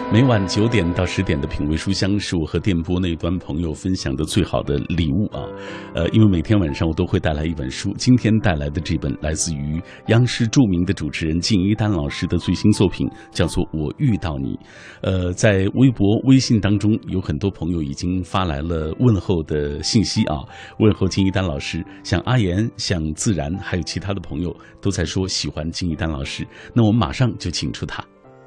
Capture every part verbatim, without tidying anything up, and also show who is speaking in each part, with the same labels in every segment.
Speaker 1: 每晚九点到十点的品味书香是我和电波那端朋友分享的最好的礼物啊！呃，因为每天晚上我都会带来一本书，今天带来的这本来自于央视著名的主持人靳一丹老师的最新作品，叫做《我遇到你》。呃，在微博、微信当中，有很多朋友已经发来了问候的信息啊，问候靳一丹老师，像阿言、像自然，还有其他的朋友都在说喜欢靳一丹老师。那我们马上就请出他。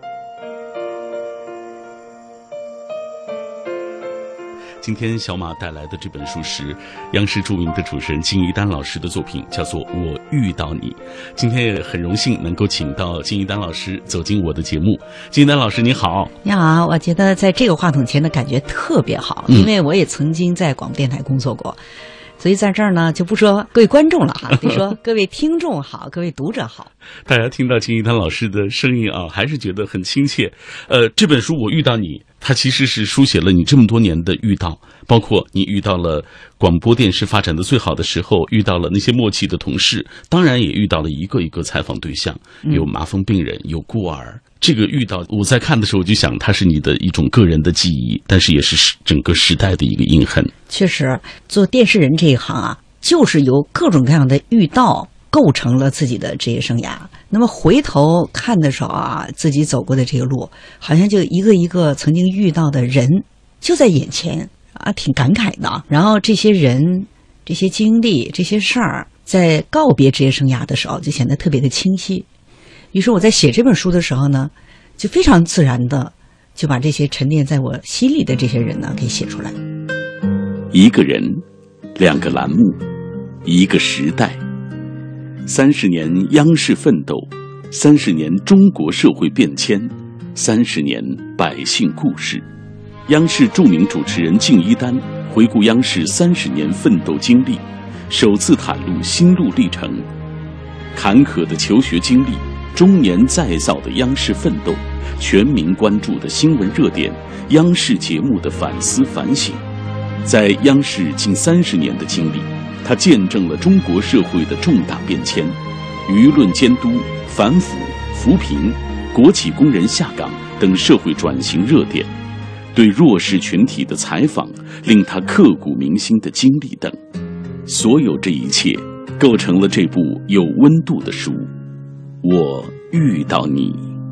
Speaker 1: 今天小马带来的这本书是央视著名的主持人靳一丹老师的作品，叫做《我遇到你》。今天也很荣幸能够请到靳一丹老师走进我的节目。靳一丹老师你好。
Speaker 2: 你好，我觉得在这个话筒前的感觉特别好，因为我也曾经在广播电台工作过，所以在这儿呢就不说各位观众了哈，得说各位听众好，各位读者好。
Speaker 1: 大家听到靳一丹老师的声音啊，还是觉得很亲切。呃，这本书《我遇到你》，它其实是书写了你这么多年的遇到，包括你遇到了广播电视发展的最好的时候，遇到了那些默契的同事，当然也遇到了一个一个采访对象，有麻风病人，有孤儿。这个遇到，我在看的时候我就想，它是你的一种个人的记忆，但是也是整个时代的一个印痕。
Speaker 2: 确实，做电视人这一行啊，就是由各种各样的遇到构成了自己的职业生涯。那么回头看的时候啊，自己走过的这个路，好像就一个一个曾经遇到的人就在眼前啊，挺感慨的。然后这些人、这些经历、这些事儿，在告别职业生涯的时候，就显得特别的清晰。于是我在写这本书的时候呢，就非常自然的就把这些沉淀在我心里的这些人呢给写出来。
Speaker 1: 一个人，两个栏目，一个时代，三十年央视奋斗，三十年中国社会变迁，三十年百姓故事。央视著名主持人靳一丹回顾央视三十年奋斗经历，首次袒露心路历程，坎坷的求学经历，中年再造的央视奋斗，全民关注的新闻热点，央视节目的反思反省。在央视近三十年的经历，他见证了中国社会的重大变迁，舆论监督、反腐、扶贫、国企工人下岗等社会转型热点，对弱势群体的采访令他刻骨铭心的经历等，所有这一切构成了这部有温度的书《我遇到你》。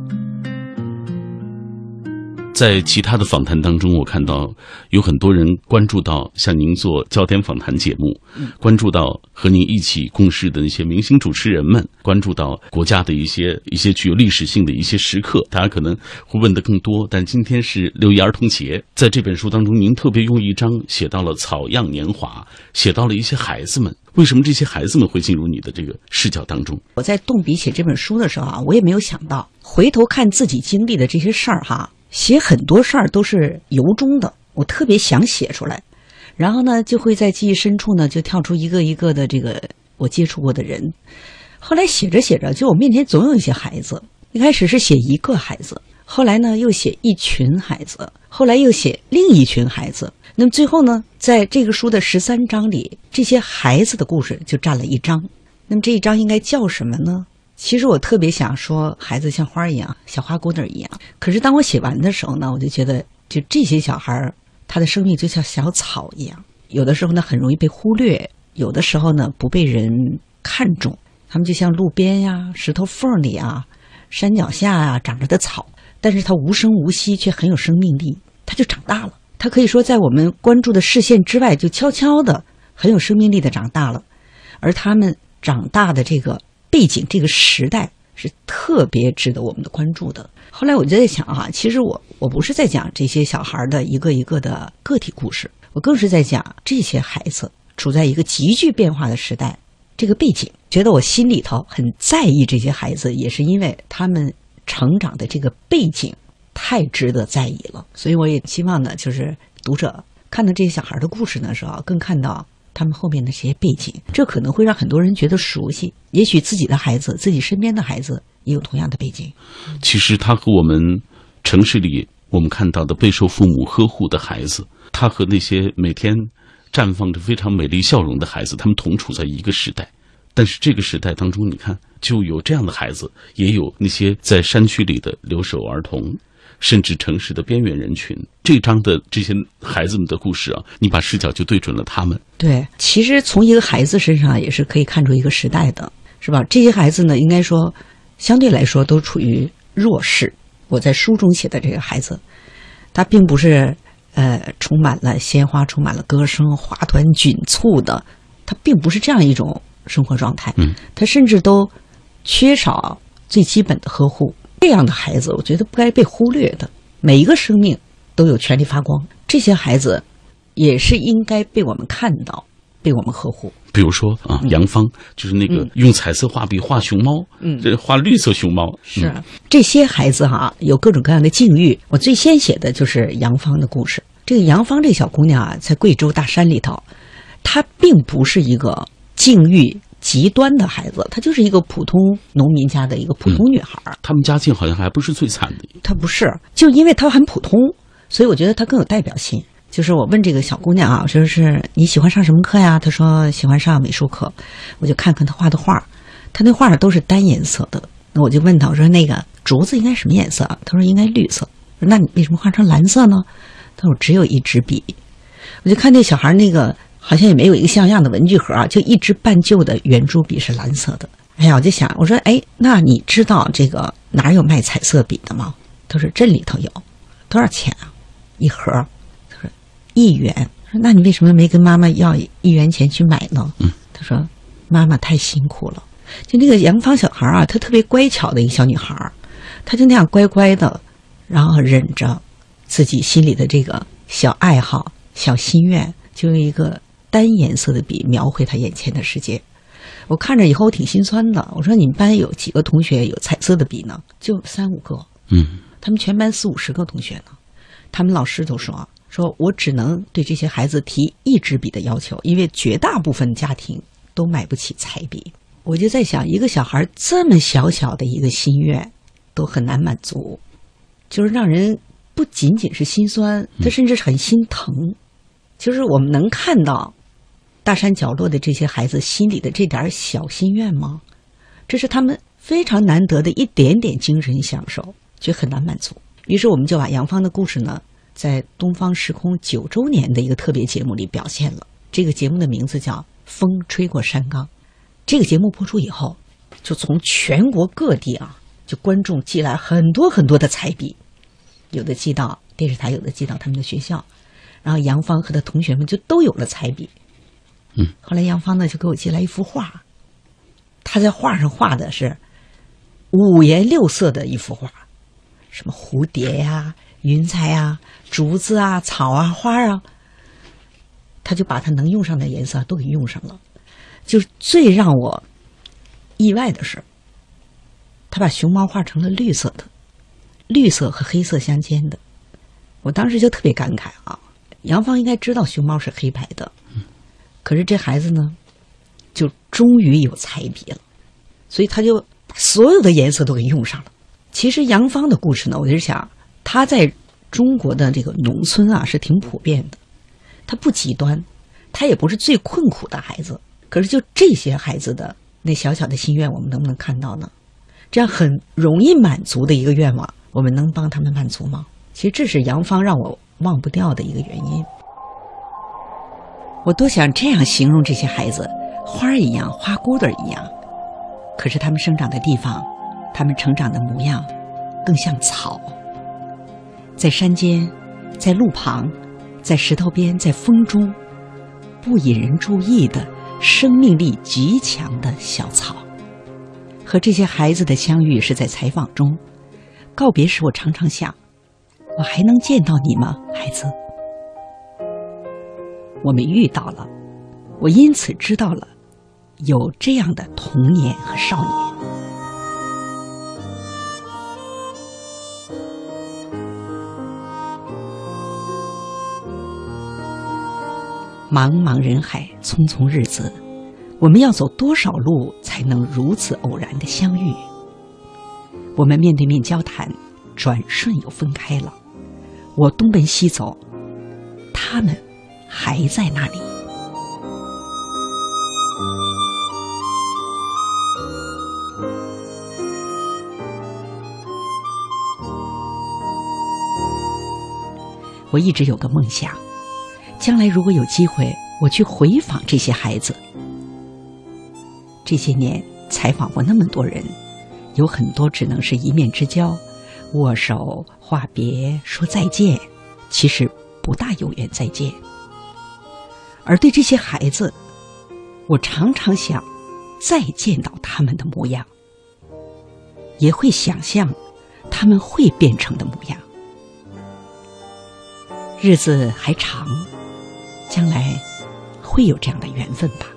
Speaker 1: 在其他的访谈当中，我看到有很多人关注到像您做焦点访谈节目，关注到和您一起共事的那些明星主持人们，关注到国家的一些一些具有历史性的一些时刻，大家可能会问得更多。但今天是六一儿童节，在这本书当中，您特别用一章写到了草样年华，写到了一些孩子们。为什么这些孩子们会进入你的这个视角当中？
Speaker 2: 我在动笔写这本书的时候啊，我也没有想到，回头看自己经历的这些事儿哈，写很多事儿都是由衷的，我特别想写出来，然后呢，就会在记忆深处呢，就跳出一个一个的这个我接触过的人。后来写着写着，就我面前总有一些孩子，一开始是写一个孩子，后来呢又写一群孩子，后来又写另一群孩子。那么最后呢，在这个书的十三章里，这些孩子的故事就占了一章。那么这一章应该叫什么呢？其实我特别想说孩子像花一样，小花姑娘一样。可是当我写完的时候呢，我就觉得就这些小孩他的生命就像小草一样，有的时候呢很容易被忽略，有的时候呢不被人看重。他们就像路边呀、石头缝里啊、山脚下啊长着的草，但是它无声无息却很有生命力，它就长大了。它可以说在我们关注的视线之外，就悄悄的很有生命力的长大了。而他们长大的这个背景，这个时代是特别值得我们的关注的。后来我就在想啊，其实我我不是在讲这些小孩的一个一个的个体故事，我更是在讲这些孩子处在一个急剧变化的时代，这个背景，觉得我心里头很在意这些孩子，也是因为他们成长的这个背景太值得在意了。所以我也希望呢，就是读者看到这些小孩的故事的时候，更看到他们后面的这些背景，这可能会让很多人觉得熟悉。也许自己的孩子，自己身边的孩子也有同样的背景。
Speaker 1: 其实他和我们城市里我们看到的备受父母呵护的孩子，他和那些每天绽放着非常美丽笑容的孩子，他们同处在一个时代， 但是这个时代当中，你看就有这样的孩子，也有那些在山区里的留守儿童，甚至城市的边缘人群。这章的这些孩子们的故事啊，你把视角就对准了他们。
Speaker 2: 对，其实从一个孩子身上也是可以看出一个时代的，是吧？这些孩子呢，应该说相对来说都处于弱势。我在书中写的这个孩子，他并不是呃充满了鲜花、充满了歌声、花团锦簇的，他并不是这样一种生活状态。
Speaker 1: 嗯，
Speaker 2: 他甚至都缺少最基本的呵护。这样的孩子，我觉得不该被忽略的。每一个生命都有权利发光，这些孩子也是应该被我们看到，被我们呵护。
Speaker 1: 比如说啊，
Speaker 2: 嗯、
Speaker 1: 杨芳就是那个用彩色画笔画熊猫，嗯，这画绿色熊猫。
Speaker 2: 是、嗯、这些孩子哈，有各种各样的境遇。我最先写的就是杨芳的故事。这个杨芳这小姑娘啊，在贵州大山里头，她并不是一个境遇极端的孩子，她就是一个普通农民家的一个普通女孩。嗯、
Speaker 1: 他们家境好像还不是最惨的。
Speaker 2: 她不是，就因为她很普通，所以我觉得她更有代表性。就是我问这个小姑娘啊，我说是你喜欢上什么课呀？她说喜欢上美术课。我就看看她画的画，她那画都是单颜色的。那我就问她，我说那个竹子应该什么颜色？她说应该绿色。我说那你为什么画成蓝色呢？她说只有一支笔。我就看那小孩那个好像也没有一个像样的文具盒啊，就一支半旧的圆珠笔是蓝色的。哎呀，我就想，我说哎，那你知道这个哪有卖彩色笔的吗？她说镇里头有。多少钱啊？一盒。一元。说那你为什么没跟妈妈要一元钱去买呢？嗯，他说妈妈太辛苦了。就那个杨芳小孩啊，她特别乖巧的一个小女孩，她就那样乖乖的，然后忍着自己心里的这个小爱好、小心愿，就用一个单颜色的笔描绘她眼前的世界。我看着以后我挺心酸的。我说你们班有几个同学有彩色的笔呢？就三五个。
Speaker 1: 嗯，
Speaker 2: 他们全班四五十个同学呢。他们老师都说。说我只能对这些孩子提一支笔的要求，因为绝大部分家庭都买不起彩笔。我就在想，一个小孩这么小小的一个心愿都很难满足，就是让人不仅仅是心酸，他甚至很心疼。就是我们能看到大山角落的这些孩子心里的这点小心愿吗？这是他们非常难得的一点点精神享受，却很难满足。于是我们就把杨芳的故事呢，在东方时空九周年的一个特别节目里表现了。这个节目的名字叫《风吹过山岗》。这个节目播出以后，就从全国各地啊，就观众寄来很多很多的彩笔，有的寄到电视台，有的寄到他们的学校。然后杨芳和他同学们就都有了彩笔。
Speaker 1: 嗯，
Speaker 2: 后来杨芳呢就给我寄来一幅画，他在画上画的是五颜六色的一幅画，什么蝴蝶呀、啊、云彩啊、竹子啊、草啊、花啊，他就把他能用上的颜色都给用上了。就是最让我意外的是，他把熊猫画成了绿色的，绿色和黑色相间的。我当时就特别感慨啊，杨芳应该知道熊猫是黑白的，可是这孩子呢，就终于有彩笔了，所以他就把所有的颜色都给用上了。其实杨芳的故事呢，我就想，他在中国的这个农村啊是挺普遍的，他不极端，他也不是最困苦的孩子。可是就这些孩子的那小小的心愿，我们能不能看到呢？这样很容易满足的一个愿望，我们能帮他们满足吗？其实这是杨芳让我忘不掉的一个原因。我多想这样形容这些孩子，花一样，花骨朵一样，可是他们生长的地方，他们成长的模样更像草，在山间，在路旁，在石头边，在风中，不引人注意的生命力极强的小草。和这些孩子的相遇是在采访中，告别时我常常想，我还能见到你吗，孩子？我们遇到了，我因此知道了有这样的童年和少年。茫茫人海，匆匆日子，我们要走多少路才能如此偶然的相遇？我们面对面交谈，转瞬又分开了。我东奔西走，他们还在那里。 我一直有个梦想，将来如果有机会，我去回访这些孩子。这些年采访过那么多人，有很多只能是一面之交，握手话别说再见，其实不大有缘再见。而对这些孩子，我常常想再见到他们的模样，也会想象他们会变成的模样。日子还长，将来会有这样的缘分吧。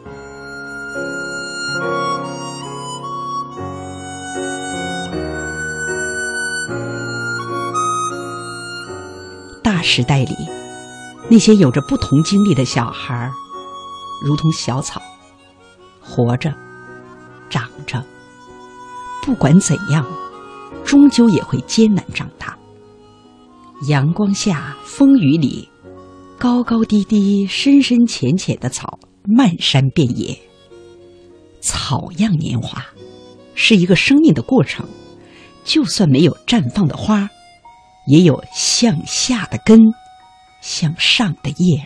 Speaker 2: 大时代里，那些有着不同经历的小孩，如同小草，活着，长着，不管怎样，终究也会艰难长大。阳光下，风雨里，高高低低，深深浅浅的草，漫山遍野。草样年华，是一个生命的过程，就算没有绽放的花，也有向下的根，向上的叶。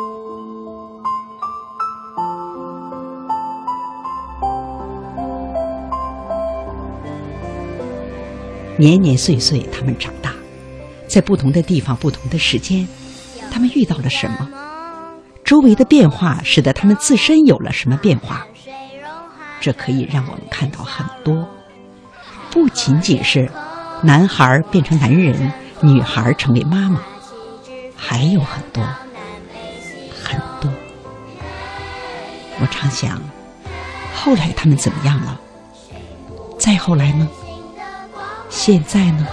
Speaker 2: 年年岁岁，他们长大，在不同的地方，不同的时间，他们遇到了什么？周围的变化使得他们自身有了什么变化？这可以让我们看到很多，不仅仅是男孩变成男人，女孩成为妈妈，还有很多很多。我常想，后来他们怎么样了？再后来呢？现在呢？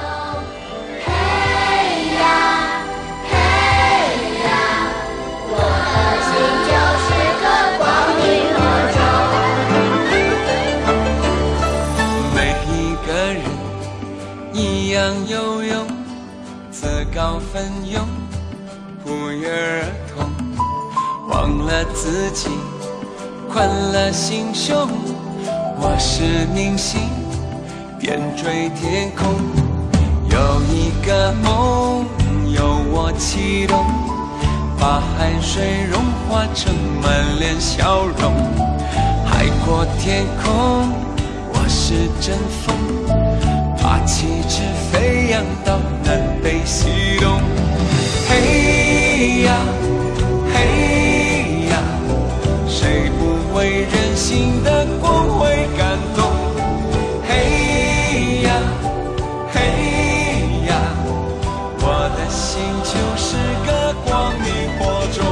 Speaker 3: 悠悠，自告奋勇，不约而同，忘了自己，困了心胸。我是明星，边追天空，有一个梦由我启动，把汗水融化成满脸笑容。海阔天空，我是阵风，把旗帜飞扬到南北西东。嘿呀嘿呀，谁不为人性的光辉感动？嘿呀嘿呀，我的心就是个光明火种。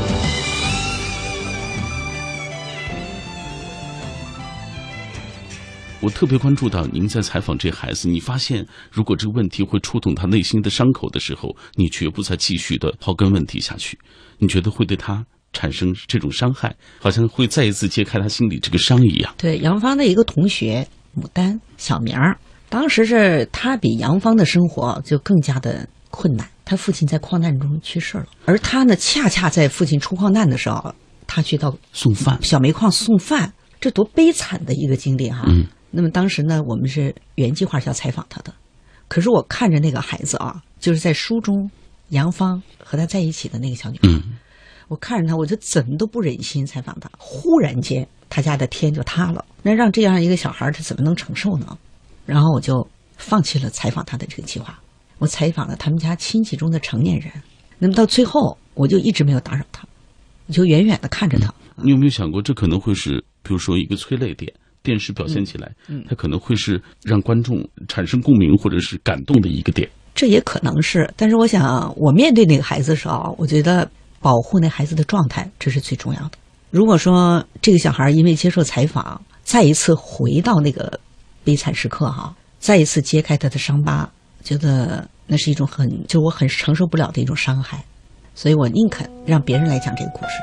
Speaker 1: 我特别关注到您在采访这孩子，你发现如果这个问题会触动他内心的伤口的时候，你绝不再继续的刨根问底下去，你觉得会对他产生这种伤害，好像会再一次揭开他心里这个伤一样。
Speaker 2: 对，杨芳的一个同学牡丹，小名儿，当时是他比杨芳的生活就更加的困难，他父亲在矿难中去世了，而他呢恰恰在父亲出矿难的时候，他去到
Speaker 1: 送饭，
Speaker 2: 小煤矿送饭，这多悲惨的一个经历哈、啊。嗯。那么当时呢，我们是原计划是要采访他的，可是我看着那个孩子啊，就是在书中杨芳和他在一起的那个小女孩、嗯、我看着他，我就怎么都不忍心采访他。忽然间他家的天就塌了，那让这样一个小孩他怎么能承受呢？然后我就放弃了采访他的这个计划，我采访了他们家亲戚中的成年人。那么到最后我就一直没有打扰他，我就远远的看着他、
Speaker 1: 嗯、你有没有想过这可能会是比如说一个催泪点，电视表现起来、嗯嗯、它可能会是让观众产生共鸣或者是感动的一个点。
Speaker 2: 这也可能是，但是我想我面对那个孩子的时候，我觉得保护那孩子的状态这是最重要的。如果说这个小孩因为接受采访再一次回到那个悲惨时刻哈，再一次揭开他的伤疤，觉得那是一种很就我很承受不了的一种伤害，所以我宁肯让别人来讲这个故事。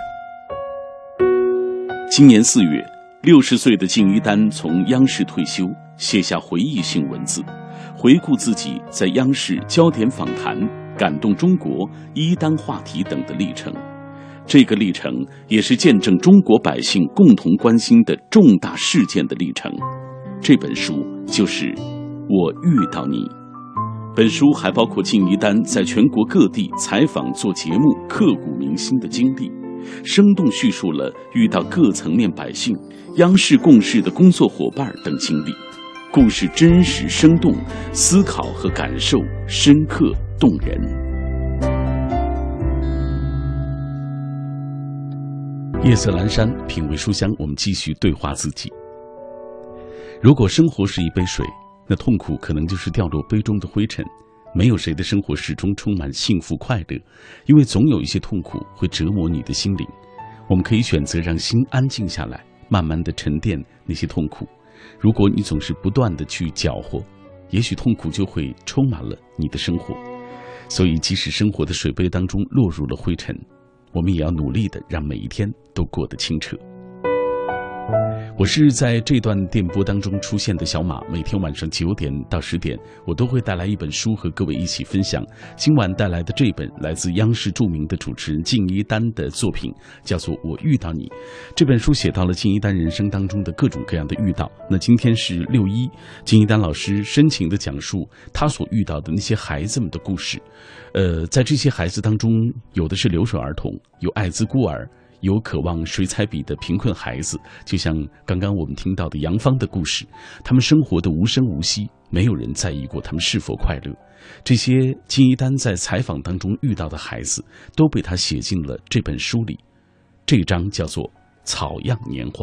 Speaker 1: 今年四月，六十岁的靳一丹从央视退休，写下回忆性文字，回顾自己在央视焦点访谈、感动中国、一丹话题等的历程。这个历程也是见证中国百姓共同关心的重大事件的历程。这本书就是《我遇到你》。 本书还包括靳一丹在全国各地采访做节目刻骨铭心的经历，生动叙述了遇到各层面百姓、央视共事的工作伙伴等经历，故事真实生动，思考和感受深刻动人。夜色阑珊，品味书香，我们继续对话自己。如果生活是一杯水，那痛苦可能就是掉落杯中的灰尘。没有谁的生活始终充满幸福快乐，因为总有一些痛苦会折磨你的心灵。我们可以选择让心安静下来，慢慢的沉淀那些痛苦。如果你总是不断的去搅和，也许痛苦就会充满了你的生活。所以即使生活的水杯当中落入了灰尘，我们也要努力的让每一天都过得清澈。我是在这段电波当中出现的小马，每天晚上九点到十点，我都会带来一本书和各位一起分享。今晚带来的这本来自央视著名的主持人靳一丹的作品，叫做《我遇到你》。这本书写到了靳一丹人生当中的各种各样的遇到。那今天是六一，靳一丹老师深情地讲述他所遇到的那些孩子们的故事。呃，在这些孩子当中，有的是留守儿童，有艾滋孤儿，有渴望水彩笔的贫困孩子，就像刚刚我们听到的杨芳的故事，他们生活的无声无息，没有人在意过他们是否快乐。这些靳一丹在采访当中遇到的孩子，都被他写进了这本书里。这一章叫做《草样年华》。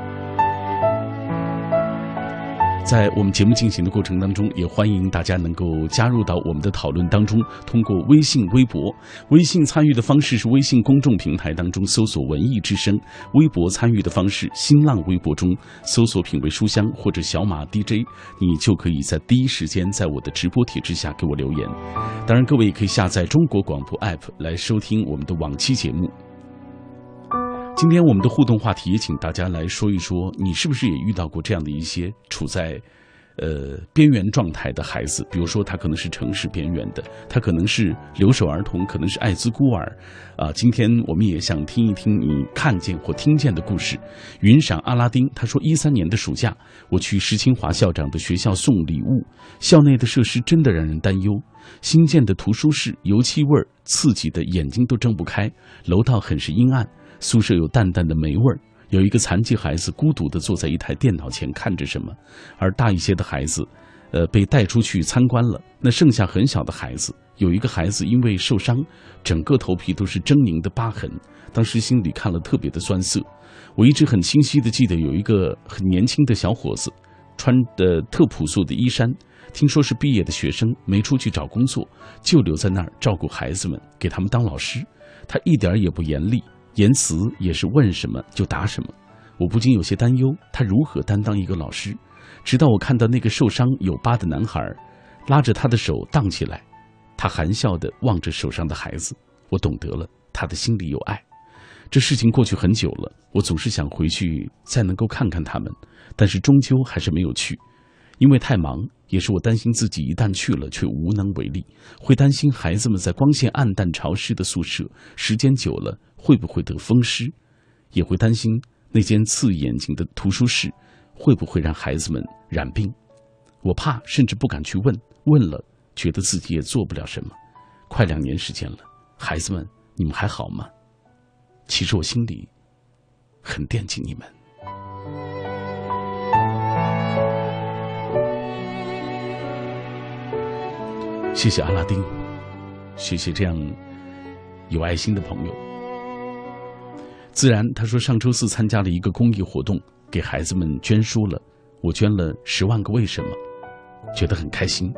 Speaker 1: 在我们节目进行的过程当中，也欢迎大家能够加入到我们的讨论当中，通过微信、微博。微信参与的方式是微信公众平台当中搜索文艺之声，微博参与的方式新浪微博中搜索品味书香或者小马 D J， 你就可以在第一时间在我的直播帖之下给我留言。当然各位也可以下载中国广播 app 来收听我们的往期节目。今天我们的互动话题也请大家来说一说，你是不是也遇到过这样的一些处在呃边缘状态的孩子？比如说他可能是城市边缘的，他可能是留守儿童，可能是艾滋孤儿啊。今天我们也想听一听你看见或听见的故事。云赏阿拉丁他说，一三年的暑假，我去石清华校长的学校送礼物，校内的设施真的让人担忧。新建的图书室油漆味刺激的眼睛都睁不开，楼道很是阴暗，宿舍有淡淡的霉味儿，有一个残疾孩子孤独地坐在一台电脑前看着什么，而大一些的孩子呃，被带出去参观了。那剩下很小的孩子，有一个孩子因为受伤，整个头皮都是狰狞的疤痕，当时心里看了特别的酸涩。我一直很清晰地记得有一个很年轻的小伙子，穿的特朴素的衣衫，听说是毕业的学生，没出去找工作，就留在那儿照顾孩子们，给他们当老师。他一点也不严厉，言辞也是问什么就答什么。我不禁有些担忧，他如何担当一个老师。直到我看到那个受伤有疤的男孩拉着他的手荡起来，他含笑地望着手上的孩子，我懂得了他的心里有爱。这事情过去很久了，我总是想回去再能够看看他们，但是终究还是没有去，因为太忙，也是我担心自己一旦去了却无能为力，会担心孩子们在光线暗淡潮湿的宿舍时间久了会不会得风湿，也会担心那间刺眼睛的图书室会不会让孩子们染病。我怕，甚至不敢去问，问了觉得自己也做不了什么。快两年时间了，孩子们，你们还好吗？其实我心里很惦记你们。谢谢阿拉丁，谢谢这样有爱心的朋友。自然他说，上周四参加了一个公益活动，给孩子们捐书了，我捐了十万个为什么，觉得很开心。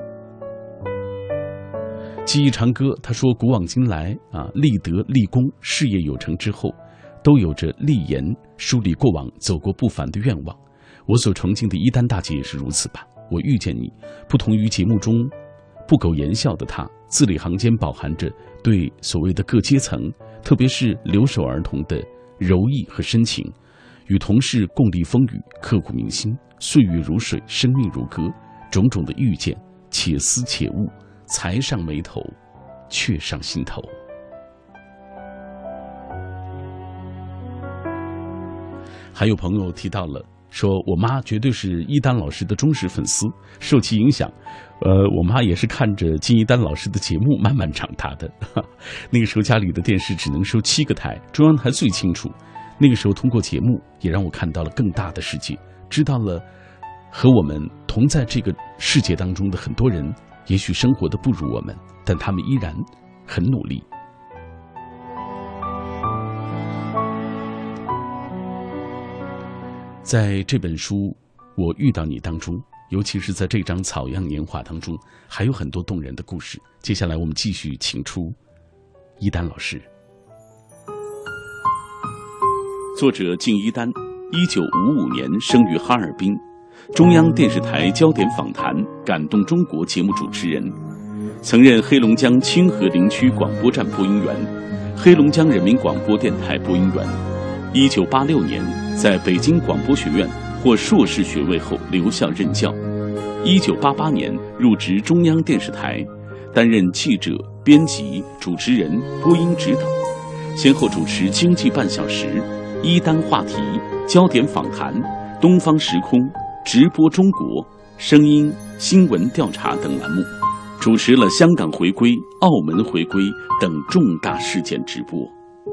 Speaker 1: 记忆长歌他说，古往今来啊，立德立功事业有成之后，都有着立言梳理过往走过不凡的愿望。我所崇敬的伊丹大姐也是如此吧。我遇见你，不同于节目中不苟言笑的她，字里行间饱含着对所谓的各阶层，特别是留守儿童的柔意和深情。与同事共历风雨，刻骨铭心，岁月如水，生命如歌，种种的遇见，且思且悟，才上眉头，却上心头。还有朋友提到了说我妈绝对是伊丹老师的忠实粉丝，受其影响，呃，我妈也是看着金一丹老师的节目慢慢长大的。那个时候家里的电视只能收七个台，中央台最清楚。那个时候通过节目也让我看到了更大的世界，知道了和我们同在这个世界当中的很多人，也许生活的不如我们，但他们依然很努力。在这本书《我遇到你》当中，尤其是在这张草样年华当中，还有很多动人的故事。接下来我们继续请出伊丹老师。作者靳一丹，一九五五年生于哈尔滨，中央电视台焦点访谈感动中国节目主持人，曾任黑龙江清河林区广播站播音员，黑龙江人民广播电台播音员。一九八六年在北京广播学院获硕士学位后留校任教。一九八八年入职中央电视台，担任记者、编辑、主持人、播音指导，先后主持经济半小时、一单话题、焦点访谈、东方时空、直播中国、声音、新闻调查等栏目，主持了香港回归、澳门回归等重大事件直播。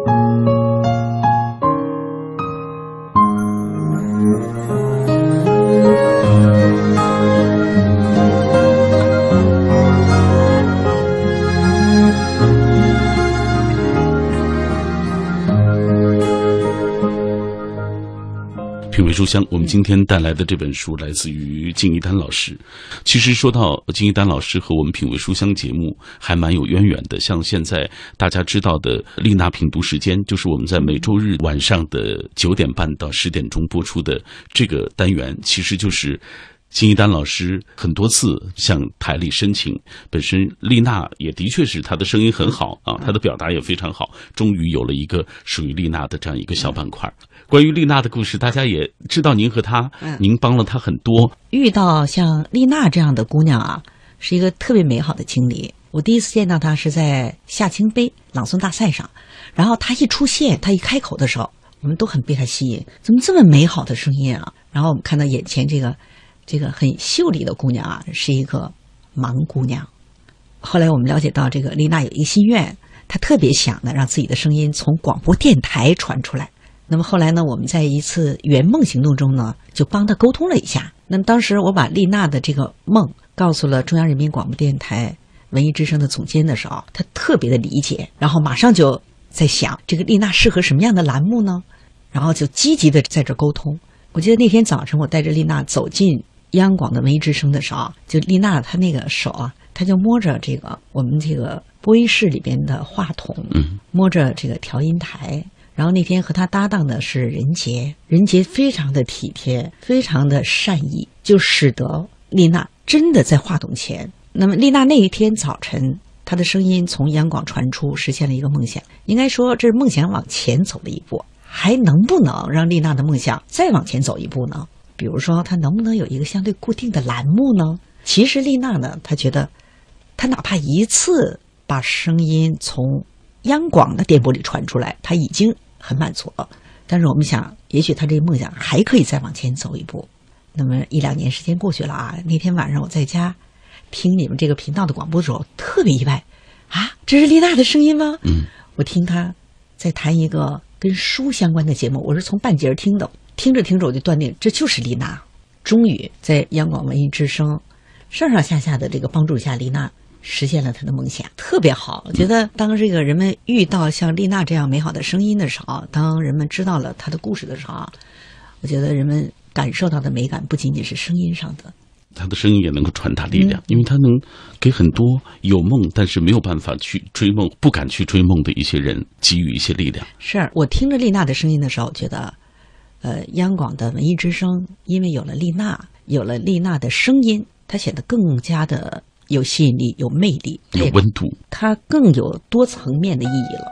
Speaker 1: 品味书香，我们今天带来的这本书来自于靳一丹老师。其实说到靳一丹老师和我们品味书香节目还蛮有渊源的，像现在大家知道的丽娜品读时间，就是我们在每周日晚上的九点半到十点钟播出的这个单元，其实就是靳一丹老师很多次向台里申请，本身丽娜也的确是她的声音很好啊，她的表达也非常好，终于有了一个属于丽娜的这样一个小板块。关于丽娜的故事，大家也知道，您和她，您帮了她很多。
Speaker 2: 遇到像丽娜这样的姑娘啊，是一个特别美好的经历。我第一次见到她是在夏青杯朗诵大赛上，然后她一出现，她一开口的时候，我们都很被她吸引，怎么这么美好的声音啊？然后我们看到眼前这个这个很秀丽的姑娘啊，是一个盲姑娘。后来我们了解到，这个丽娜有一个心愿，她特别想呢让自己的声音从广播电台传出来。那么后来呢，我们在一次圆梦行动中呢，就帮她沟通了一下。那么当时我把丽娜的这个梦告诉了中央人民广播电台文艺之声的总监的时候，她特别的理解，然后马上就在想，这个丽娜适合什么样的栏目呢？然后就积极的在这沟通。我记得那天早晨我带着丽娜走进央广的文艺之声的时候，就丽娜她那个手啊，她就摸着这个我们这个播音室里边的话筒，摸着这个调音台。然后那天和她搭档的是任杰，任杰非常的体贴，非常的善意，就使得丽娜真的在话筒前。那么丽娜那一天早晨，她的声音从央广传出，实现了一个梦想。应该说这是梦想往前走了一步。还能不能让丽娜的梦想再往前走一步呢？比如说她能不能有一个相对固定的栏目呢？其实丽娜呢，她觉得她哪怕一次把声音从央广的电波里传出来，她已经很满足了。但是我们想，也许她这个梦想还可以再往前走一步。那么一两年时间过去了啊，那天晚上我在家听你们这个频道的广播的时候，特别意外啊，这是丽娜的声音吗？嗯，我听她在谈一个跟书相关的节目，我是从半截听的，听着听着我就断定这就是丽娜。终于在央广文艺之声上上下下的这个帮助下，丽娜实现了她的梦想，特别好。我觉得当这个人们遇到像丽娜这样美好的声音的时候，当人们知道了她的故事的时候，我觉得人们感受到的美感不仅仅是声音上的，
Speaker 1: 他的声音也能够传达力量，嗯、因为他能给很多有梦但是没有办法去追梦、不敢去追梦的一些人给予一些力量。
Speaker 2: 是我听着丽娜的声音的时候，觉得，呃，央广的文艺之声因为有了丽娜，有了丽娜的声音，它显得更加的有吸引力、有魅力、
Speaker 1: 有温度，
Speaker 2: 它更有多层面的意义了。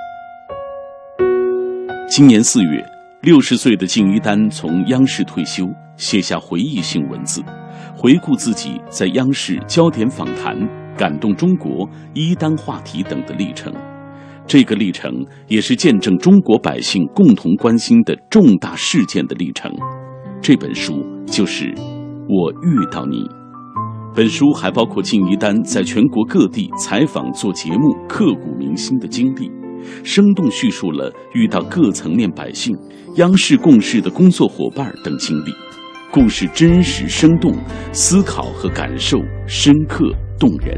Speaker 1: 今年四月，六十岁的靳一丹从央视退休，写下回忆性文字。回顾自己在央视焦点访谈、感动中国、一单话题等的历程，这个历程也是见证中国百姓共同关心的重大事件的历程。 这本书就是《我遇到你》。本书还包括靳一丹在全国各地采访做节目刻骨铭心的经历，生动叙述了遇到各层面百姓、央视共事的工作伙伴等经历，故事真实生动，思考和感受深刻动人。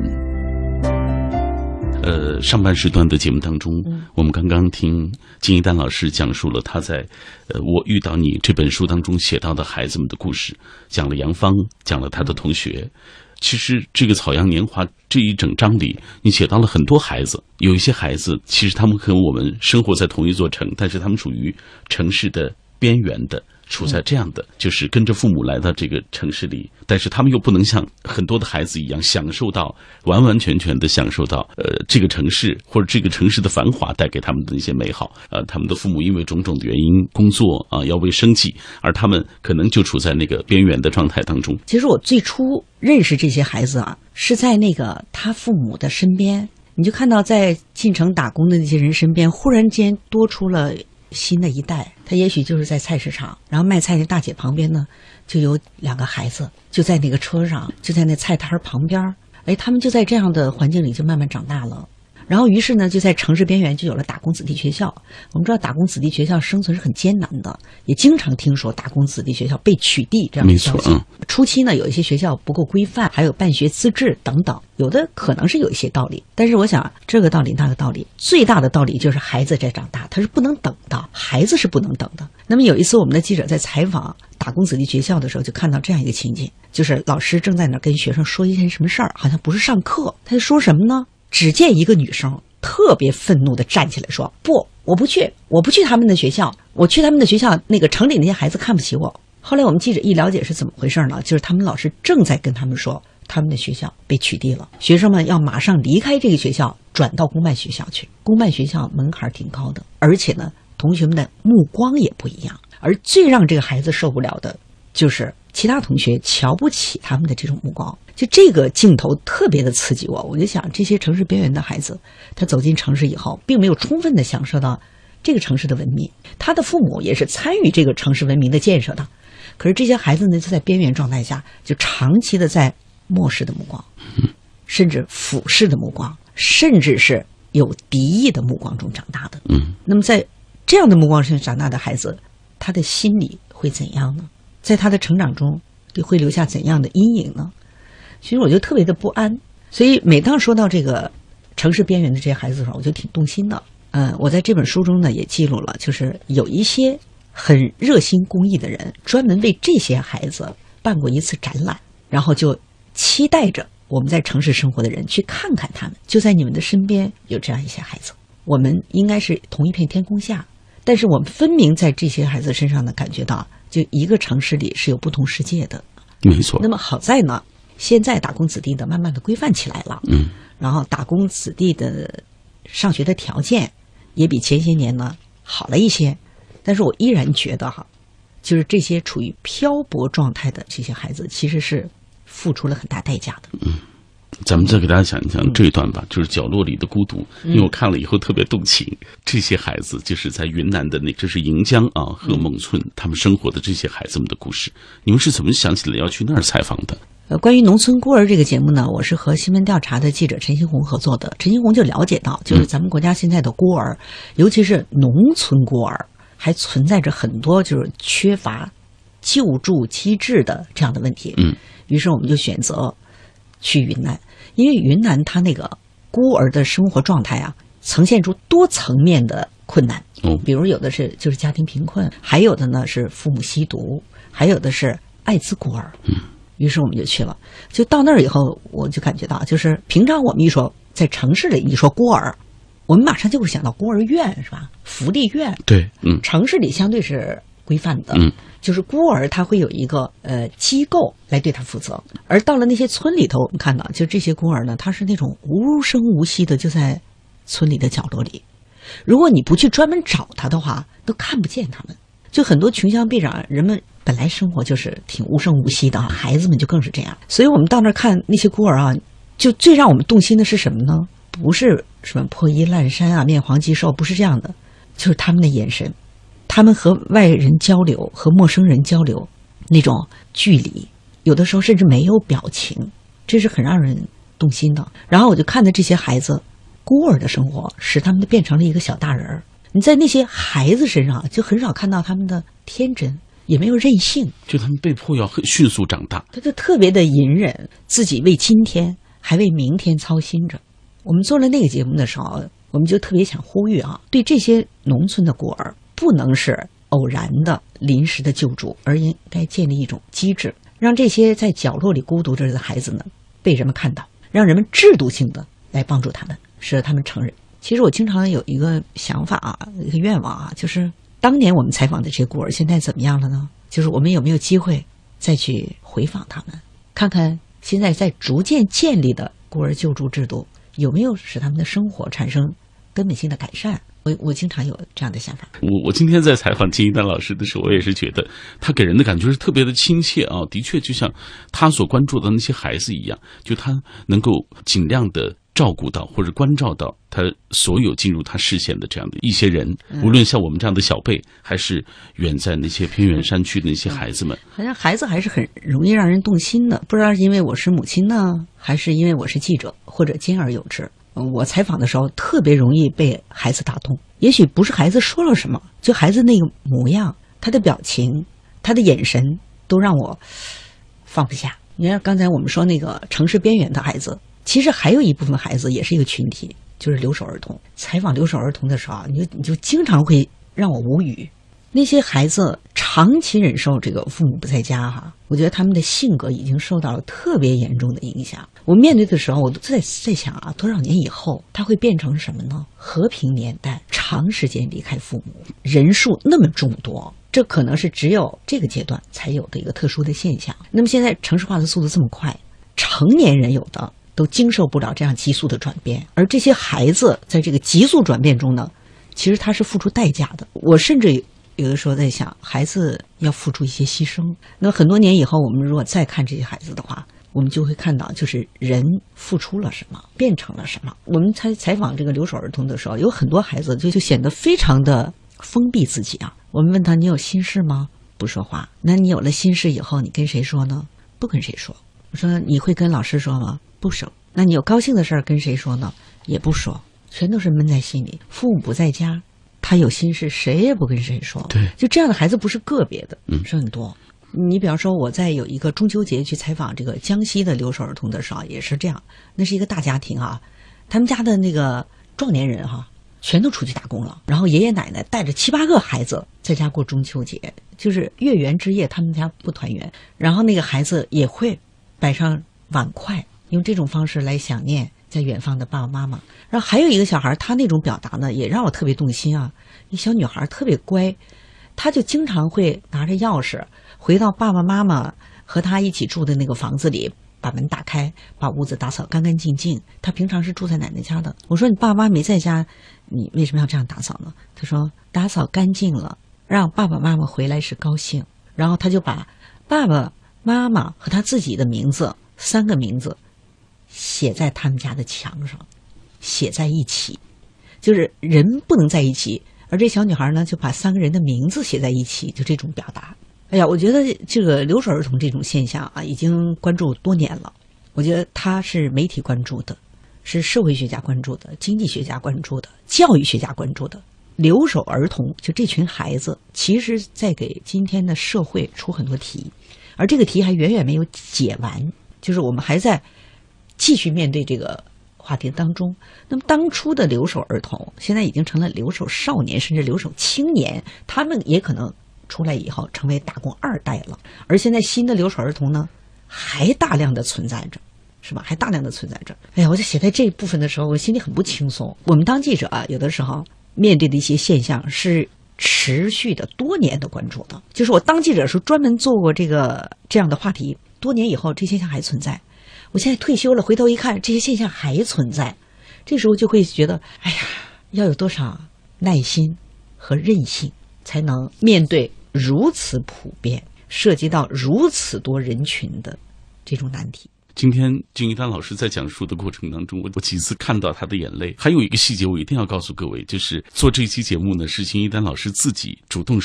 Speaker 1: 呃，上半时段的节目当中，嗯、我们刚刚听靳一丹老师讲述了他在《呃我遇到你》这本书当中写到的孩子们的故事，讲了杨芳，讲了他的同学。其实这个《草样年华》这一整章里，你写到了很多孩子，有一些孩子其实他们和我们生活在同一座城，但是他们属于城市的边缘的，处在这样的就是跟着父母来到这个城市里，但是他们又不能像很多的孩子一样享受到完完全全的享受到呃这个城市或者这个城市的繁华带给他们的一些美好。呃他们的父母因为种种的原因工作啊、呃、要为生计，而他们可能就处在那个边缘的状态当中。
Speaker 2: 其实我最初认识这些孩子啊，是在那个他父母的身边，你就看到在进城打工的那些人身边，忽然间多出了新的一代。他也许就是在菜市场，然后卖菜的大姐旁边呢就有两个孩子，就在那个车上，就在那菜摊旁边，哎，他们就在这样的环境里就慢慢长大了。然后于是呢就在城市边缘就有了打工子弟学校。我们知道打工子弟学校生存是很艰难的，也经常听说打工子弟学校被取缔这样的消息。嗯、初期呢有一些学校不够规范，还有办学资质等等，有的可能是有一些道理，但是我想这个道理那个道理，最大的道理就是孩子在长大，他是不能等的，孩子是不能等的。那么有一次我们的记者在采访打工子弟学校的时候，就看到这样一个情景，就是老师正在那跟学生说一件什么事儿，好像不是上课，他就说什么呢？只见一个女生特别愤怒地站起来说：“不，我不去，我不去他们的学校，我去他们的学校，那个城里那些孩子看不起我。”后来我们记者一了解是怎么回事呢？就是他们老师正在跟他们说，他们的学校被取缔了，学生们要马上离开这个学校，转到公办学校去。公办学校门槛挺高的，而且呢，同学们的目光也不一样。而最让这个孩子受不了的，就是其他同学瞧不起他们的这种目光。就这个镜头特别的刺激我，我就想这些城市边缘的孩子，他走进城市以后，并没有充分的享受到这个城市的文明，他的父母也是参与这个城市文明的建设的，可是这些孩子呢，就在边缘状态下，就长期的在漠视的目光，甚至俯视的目光，甚至是有敌意的目光中长大的。嗯，那么在这样的目光中长大的孩子，他的心理会怎样呢？在他的成长中会留下怎样的阴影呢？其实我就特别的不安，所以每当说到这个城市边缘的这些孩子的时候，我就挺动心的。嗯，我在这本书中呢也记录了，就是有一些很热心公益的人，专门为这些孩子办过一次展览，然后就期待着我们在城市生活的人去看看他们，就在你们的身边有这样一些孩子，我们应该是同一片天空下，但是我们分明在这些孩子身上呢感觉到，就一个城市里是有不同世界的。
Speaker 1: 没错。
Speaker 2: 那么好在呢，现在打工子弟的慢慢的规范起来了，嗯，然后打工子弟的上学的条件也比前些年呢好了一些，但是我依然觉得哈，就是这些处于漂泊状态的这些孩子，其实是付出了很大代价的。嗯，
Speaker 1: 咱们再给大家讲一讲这一段吧，就是角落里的孤独，因为我看了以后特别动情。这些孩子就是在云南的那，这是盈江啊和蒙村，他们生活的这些孩子们的故事，你们是怎么想起来要去那儿采访的？
Speaker 2: 呃，关于农村孤儿这个节目呢，我是和新闻调查的记者陈新红合作的。陈新红就了解到，就是咱们国家现在的孤儿，嗯、尤其是农村孤儿，还存在着很多就是缺乏救助机制的这样的问题。嗯，于是我们就选择去云南，因为云南它那个孤儿的生活状态啊，呈现出多层面的困难。嗯，比如有的是就是家庭贫困，还有的呢是父母吸毒，还有的是艾滋孤儿。嗯。于是我们就去了，就到那儿以后，我就感觉到，就是平常我们一说在城市里一说孤儿，我们马上就会想到孤儿院，是吧？福利院。
Speaker 1: 对，嗯，
Speaker 2: 城市里相对是规范的，嗯，就是孤儿他会有一个呃机构来对他负责，而到了那些村里头，我们看到，就这些孤儿呢，他是那种无声无息的就在村里的角落里，如果你不去专门找他的话，都看不见他们。就很多穷乡僻壤，人们本来生活就是挺无声无息的啊，孩子们就更是这样。所以我们到那儿看那些孤儿啊，就最让我们动心的是什么呢？不是什么破衣烂衫啊、面黄肌瘦，不是这样的，就是他们的眼神，他们和外人交流、和陌生人交流， 那种距离，有的时候甚至没有表情，这是很让人动心的。然后我就看着这些孩子孤儿的生活，使他们变成了一个小大人儿。你在那些孩子身上就很少看到他们的天真，也没有任性，
Speaker 1: 就他们被迫要很迅速长大，
Speaker 2: 他就特别的隐忍，自己为今天还为明天操心着。我们做了那个节目的时候，我们就特别想呼吁啊，对这些农村的孤儿，不能是偶然的临时的救助，而应该建立一种机制，让这些在角落里孤独着的孩子呢被人们看到，让人们制度性的来帮助他们，使得他们成人。其实我经常有一个想法啊，一个愿望啊，就是当年我们采访的这些孤儿现在怎么样了呢？就是我们有没有机会再去回访他们，看看现在在逐渐建立的孤儿救助制度有没有使他们的生活产生根本性的改善。我我经常有这样的想法。
Speaker 1: 我我今天在采访金一丹老师的时候，我也是觉得他给人的感觉是特别的亲切啊，的确就像他所关注的那些孩子一样，就他能够尽量的照顾到或者关照到他所有进入他视线的这样的一些人，无论像我们这样的小辈，还是远在那些偏远山区的那些孩子们。
Speaker 2: 好像孩子还是很容易让人动心的，不知道是因为我是母亲呢，还是因为我是记者，或者兼而有之。我采访的时候特别容易被孩子打动，也许不是孩子说了什么，就孩子那个模样，他的表情，他的眼神都让我放不下。你看刚才我们说那个城市边缘的孩子，其实还有一部分孩子也是一个群体，就是留守儿童。采访留守儿童的时候，你就你就经常会让我无语。那些孩子长期忍受这个父母不在家哈，我觉得他们的性格已经受到了特别严重的影响。我面对的时候，我都在在想啊，多少年以后他会变成什么呢？和平年代，长时间离开父母，人数那么众多，这可能是只有这个阶段才有的一个特殊的现象。那么现在城市化的速度这么快，成年人有的都经受不了这样急速的转变，而这些孩子在这个急速转变中呢，其实他是付出代价的。我甚至有的时候在想，孩子要付出一些牺牲。那么很多年以后，我们如果再看这些孩子的话，我们就会看到，就是人付出了什么，变成了什么。我们采采访这个留守儿童的时候，有很多孩子就就显得非常的封闭自己啊。我们问他，你有心事吗？不说话。那你有了心事以后，你跟谁说呢？不跟谁说。我说你会跟老师说吗？不说。那你有高兴的事儿跟谁说呢？也不说，全都是闷在心里。父母不在家，他有心事谁也不跟谁说。
Speaker 1: 对，
Speaker 2: 就这样的孩子不是个别的，
Speaker 1: 嗯，
Speaker 2: 是很多。你比方说，我在有一个中秋节去采访这个江西的留守儿童的时候，也是这样。那是一个大家庭啊，他们家的那个壮年人哈、啊，全都出去打工了，然后爷爷奶奶带着七八个孩子在家过中秋节，就是月圆之夜，他们家不团圆。然后那个孩子也会摆上碗筷，用这种方式来想念在远方的爸爸妈妈。然后还有一个小孩，他那种表达呢，也让我特别动心啊。一小女孩特别乖，她就经常会拿着钥匙回到爸爸妈妈和他一起住的那个房子里，把门打开，把屋子打扫干干净净。他平常是住在奶奶家的。我说你爸妈没在家，你为什么要这样打扫呢？他说打扫干净了，让爸爸妈妈回来是高兴。然后他就把爸爸妈妈和他自己的名字三个名字写在他们家的墙上，写在一起，就是人不能在一起，而这小女孩呢就把三个人的名字写在一起，就这种表达。哎呀，我觉得这个留守儿童这种现象啊，已经关注多年了。我觉得它是媒体关注的，是社会学家关注的，经济学家关注的，教育学家关注的。留守儿童就这群孩子，其实在给今天的社会出很多题，而这个题还远远没有解完，就是我们还在继续面对这个话题当中。那么当初的留守儿童，现在已经成了留守少年，甚至留守青年，他们也可能出来以后成为打工二代了。而现在新的留守儿童呢，还大量的存在着，是吧？还大量的存在着。哎呀，我在写在这一部分的时候，我心里很不轻松。我们当记者啊，有的时候面对的一些现象是持续的多年的关注的。就是我当记者的时候专门做过这个这样的话题，多年以后这些现象还存在。我现在退休了，回头一看，这些现象还存在，这时候就会觉得，哎呀，要有多少耐心和韧性，才能面对如此普遍、涉及到如此多人群的这种难题。
Speaker 1: 今天金一丹老师在讲述的过程当中，我我几次看到他的眼泪。还有一个细节我一定要告诉各位，就是做这期节目呢，是金一丹老师自己主动说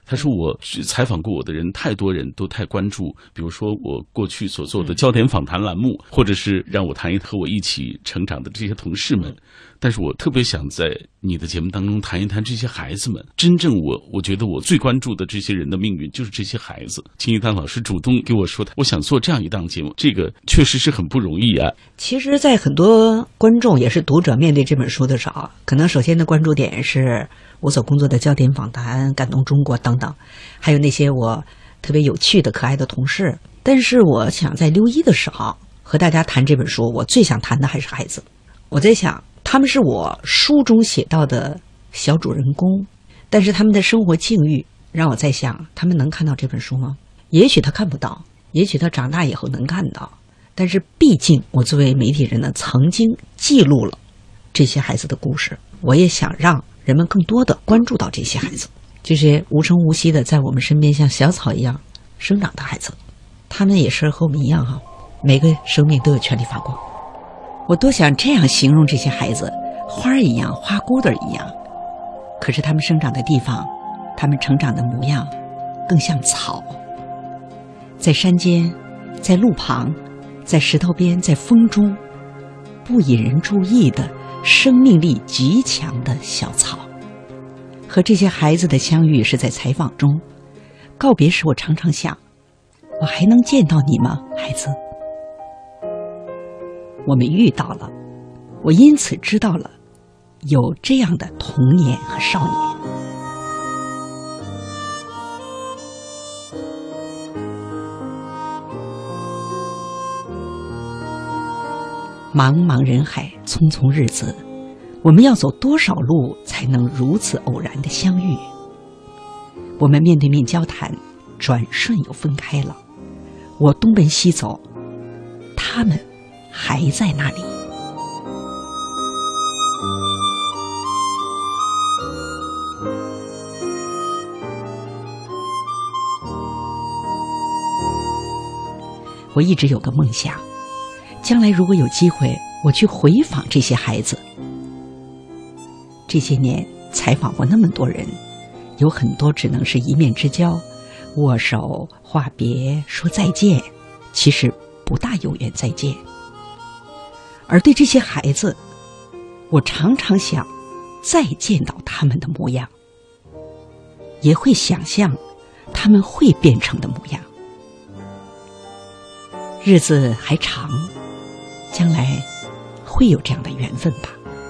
Speaker 1: 他说我采访过我的人太多人都太关注，比如说我过去所做的焦点访谈栏目，或者是让我谈一和我一起成长的这些同事们，但是我特别想在你的节目当中谈一谈这些孩子们。真正我我觉得我最关注的这些人的命运就是这些孩子。秦一丹老师主动给我说，我想做这样一档节目，这个确实是很不容易啊。
Speaker 2: 其实在很多观众也是读者面对这本书的时候，可能首先的关注点是我所工作的焦点访谈、感动中国等等，还有那些我特别有趣的可爱的同事。但是我想在六一的时候和大家谈这本书，我最想谈的还是孩子。我在想，他们是我书中写到的小主人公，但是他们的生活境遇让我在想，他们能看到这本书吗？也许他看不到，也许他长大以后能看到，但是毕竟我作为媒体人呢，曾经记录了这些孩子的故事，我也想让人们更多的关注到这些孩子，这些无声无息的在我们身边像小草一样生长的孩子。他们也是和我们一样哈、啊，每个生命都有权利发光。我多想这样形容这些孩子，花一样，花骨朵一样，可是他们生长的地方，他们成长的模样更像草，在山间，在路旁，在石头边，在风中，不引人注意的生命力极强的小草。和这些孩子的相遇是在采访中，告别时我常常想，我还能见到你吗，孩子？我们遇到了，我因此知道了有这样的童年和少年。茫茫人海，匆匆日子，我们要走多少路才能如此偶然的相遇？我们面对面交谈，转瞬又分开了。我东奔西走，他们还在那里。我一直有个梦想，将来如果有机会，我去回访这些孩子。这些年采访过那么多人，有很多只能是一面之交，握手话别说再见，其实不大有缘再见。而对这些孩子，我常常想再见到他们的模样，也会想象他们会变成的模样。日子还长，将来会有这样的缘分吧。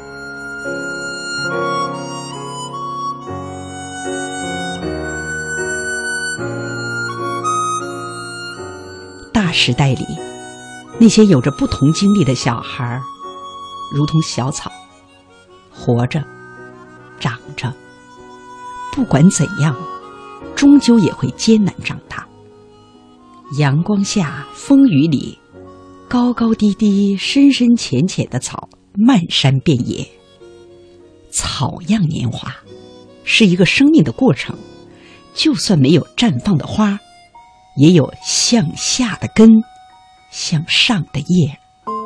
Speaker 2: 大时代里，那些有着不同经历的小孩，如同小草，活着，长着，不管怎样，终究也会艰难长大。阳光下，风雨里，高高低低，深深浅浅的草，漫山遍野。草样年华，是一个生命的过程，就算没有绽放的花，也有向下的根，向上的叶。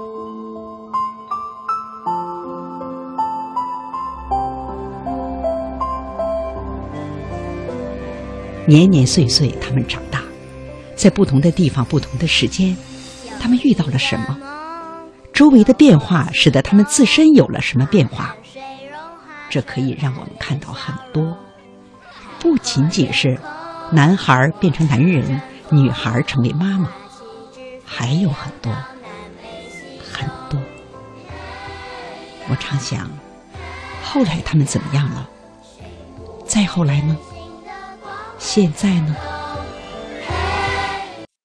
Speaker 2: 年年岁岁，他们长大，在不同的地方，不同的时间，他们遇到了什么？周围的变化使得他们自身有了什么变化？这可以让我们看到很多，不仅仅是男孩变成男人，女孩成为妈妈，还有很多很多。我常想，后来他们怎么样了？再后来呢？现在呢？